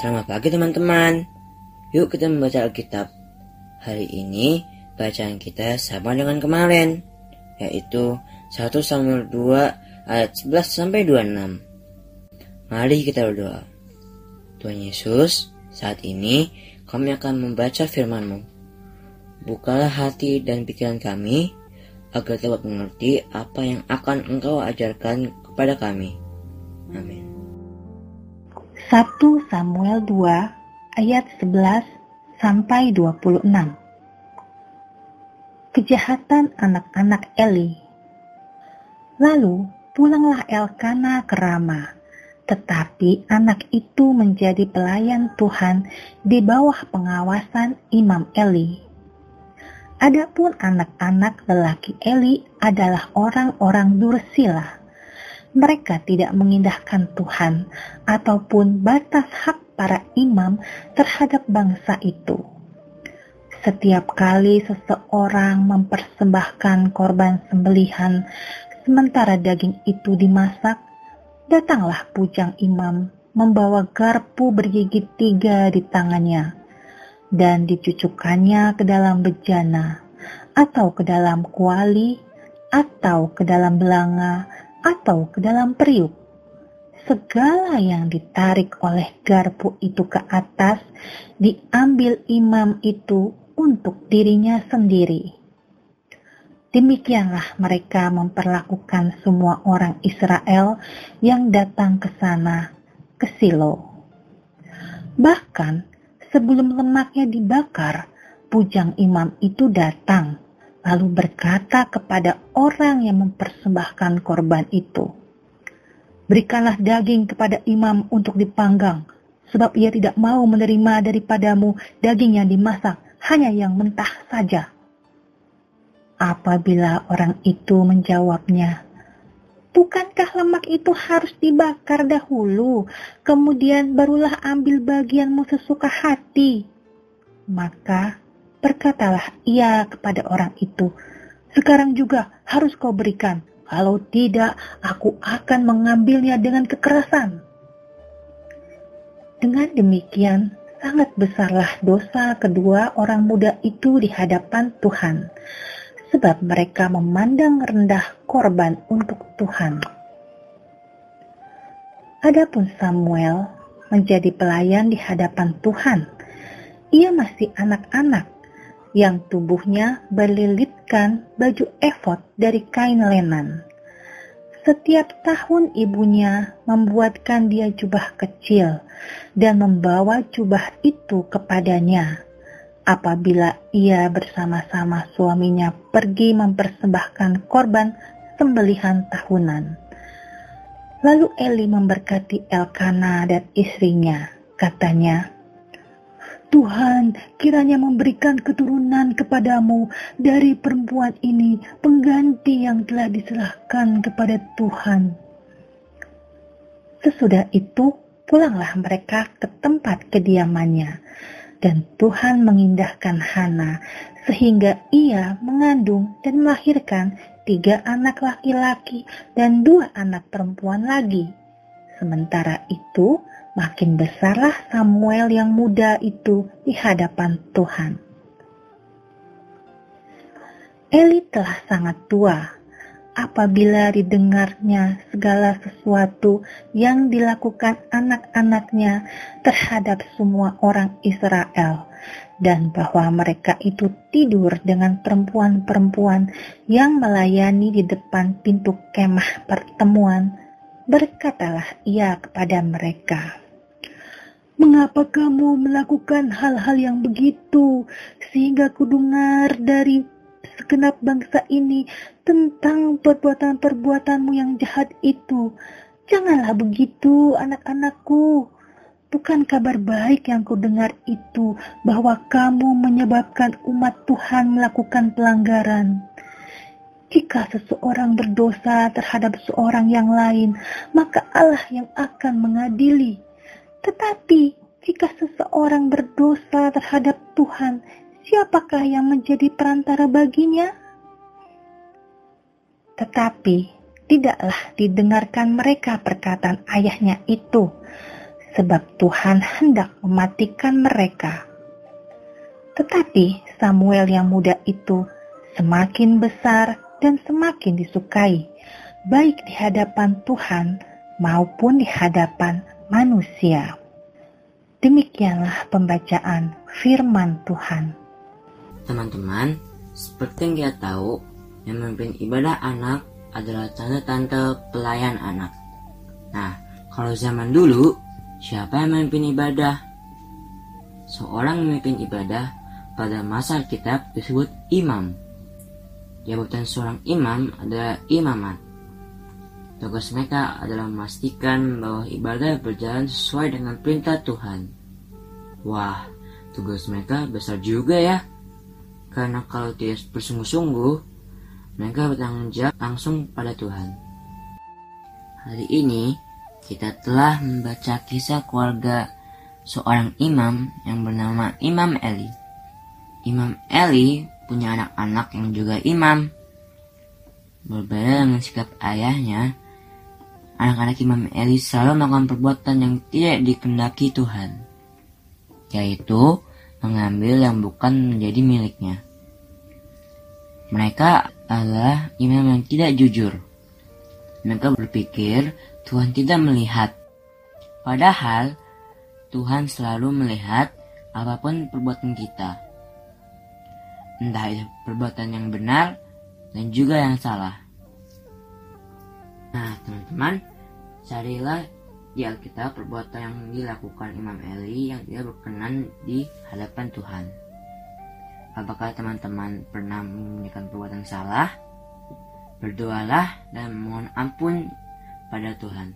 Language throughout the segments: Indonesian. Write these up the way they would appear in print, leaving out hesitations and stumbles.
Selamat pagi teman-teman. Yuk kita membaca Alkitab. Hari ini bacaan kita sama dengan kemarin, yaitu 1 Samuel 2 ayat 11 sampai 26. Mari kita berdoa. Tuhan Yesus, saat ini kami akan membaca firman-Mu. Bukalah hati dan pikiran kami agar dapat mengerti apa yang akan Engkau ajarkan kepada kami. Amin. 1 Samuel 2 ayat 11 sampai 26. Kejahatan anak-anak Eli. Lalu pulanglah Elkana ke Rama, tetapi anak itu menjadi pelayan Tuhan di bawah pengawasan Imam Eli. Adapun anak-anak lelaki Eli adalah orang-orang dursila. Mereka tidak mengindahkan Tuhan ataupun batas hak para imam terhadap bangsa itu. Setiap kali seseorang mempersembahkan korban sembelihan, sementara daging itu dimasak, datanglah bujang imam membawa garpu bergigit 3 di tangannya, dan dicucukkannya ke dalam bejana, atau ke dalam kuali, atau ke dalam belanga, atau ke dalam periuk. Segala yang ditarik oleh garpu itu ke atas, diambil imam itu untuk dirinya sendiri. Demikianlah mereka memperlakukan semua orang Israel yang datang ke sana, ke Silo. Bahkan sebelum lemaknya dibakar, bujang imam itu datang, lalu berkata kepada orang yang mempersembahkan korban itu, "Berikanlah daging kepada imam untuk dipanggang, sebab ia tidak mau menerima daripadamu daging yang dimasak, hanya yang mentah saja." Apabila orang itu menjawabnya, "Bukankah lemak itu harus dibakar dahulu, kemudian barulah ambil bagianmu sesuka hati?" Maka berkatalah ia kepada orang itu, "Sekarang juga harus kau berikan, kalau tidak aku akan mengambilnya dengan kekerasan." Dengan demikian, sangat besarlah dosa kedua orang muda itu di hadapan Tuhan, sebab mereka memandang rendah korban untuk Tuhan. Adapun Samuel menjadi pelayan di hadapan Tuhan. Ia masih anak-anak, yang tubuhnya berlilitkan baju efod dari kain lenan. Setiap tahun ibunya membuatkan dia jubah kecil dan membawa jubah itu kepadanya apabila ia bersama-sama suaminya pergi mempersembahkan korban sembelihan tahunan. Lalu Eli memberkati Elkana dan istrinya, katanya, "Tuhan kiranya memberikan keturunan kepadamu dari perempuan ini pengganti yang telah diserahkan kepada Tuhan." Sesudah itu pulanglah mereka ke tempat kediamannya, dan Tuhan mengindahkan Hana sehingga ia mengandung dan melahirkan 3 anak laki-laki dan 2 anak perempuan lagi. Sementara itu makin besarlah Samuel yang muda itu di hadapan Tuhan. Eli telah sangat tua apabila didengarnya segala sesuatu yang dilakukan anak-anaknya terhadap semua orang Israel, dan bahwa mereka itu tidur dengan perempuan-perempuan yang melayani di depan pintu kemah pertemuan. Berkatalah ia kepada mereka, "Mengapa kamu melakukan hal-hal yang begitu, sehingga kudengar dari segenap bangsa ini tentang perbuatan-perbuatanmu yang jahat itu? Janganlah begitu, anak-anakku. Bukan kabar baik yang kudengar itu, bahwa kamu menyebabkan umat Tuhan melakukan pelanggaran. Jika seseorang berdosa terhadap seorang yang lain, maka Allah yang akan mengadili. Tetapi jika seseorang berdosa terhadap Tuhan, siapakah yang menjadi perantara baginya?" Tetapi tidaklah didengarkan mereka perkataan ayahnya itu, sebab Tuhan hendak mematikan mereka. Tetapi Samuel yang muda itu semakin besar dan semakin disukai, baik di hadapan Tuhan maupun di hadapan manusia. Demikianlah pembacaan firman Tuhan. Teman-teman, seperti yang kita tahu, yang memimpin ibadah anak adalah tante-tante pelayan anak. Nah, kalau zaman dulu, siapa yang memimpin ibadah? Seorang memimpin ibadah pada masa Alkitab disebut imam. Jabatan seorang imam adalah imamat. Tugas mereka adalah memastikan bahwa ibadah berjalan sesuai dengan perintah Tuhan. Wah, tugas mereka besar juga ya. Karena kalau tidak bersungguh-sungguh, mereka bertanggung jawab langsung pada Tuhan. Hari ini, kita telah membaca kisah keluarga seorang imam yang bernama Imam Eli. Imam Eli punya anak-anak yang juga imam. Berbeda dengan sikap ayahnya, anak-anak Imam Eli selalu melakukan perbuatan yang tidak dikehendaki Tuhan, yaitu mengambil yang bukan menjadi miliknya. Mereka adalah imam yang tidak jujur. Mereka berpikir Tuhan tidak melihat. Padahal Tuhan selalu melihat apapun perbuatan kita. Entah itu perbuatan yang benar dan juga yang salah. Nah, teman-teman, carilah di Alkitab perbuatan yang dilakukan Imam Eli yang tidak berkenan di hadapan Tuhan. Apakah teman-teman pernah menunjukkan perbuatan salah? Berdoalah dan mohon ampun pada Tuhan.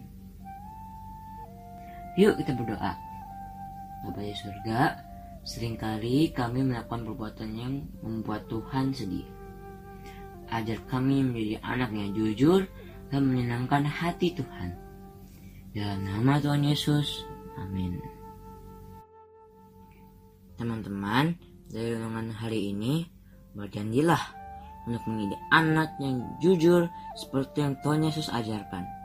Yuk kita berdoa. Bapa di surga, seringkali kami melakukan perbuatan yang membuat Tuhan sedih. Ajar kami menjadi anak yang jujur dan menyenangkan hati Tuhan. Dalam nama Tuhan Yesus, amin. Teman-teman, dari renungan hari ini, berjanjilah untuk menjadi anak yang jujur seperti yang Tuhan Yesus ajarkan.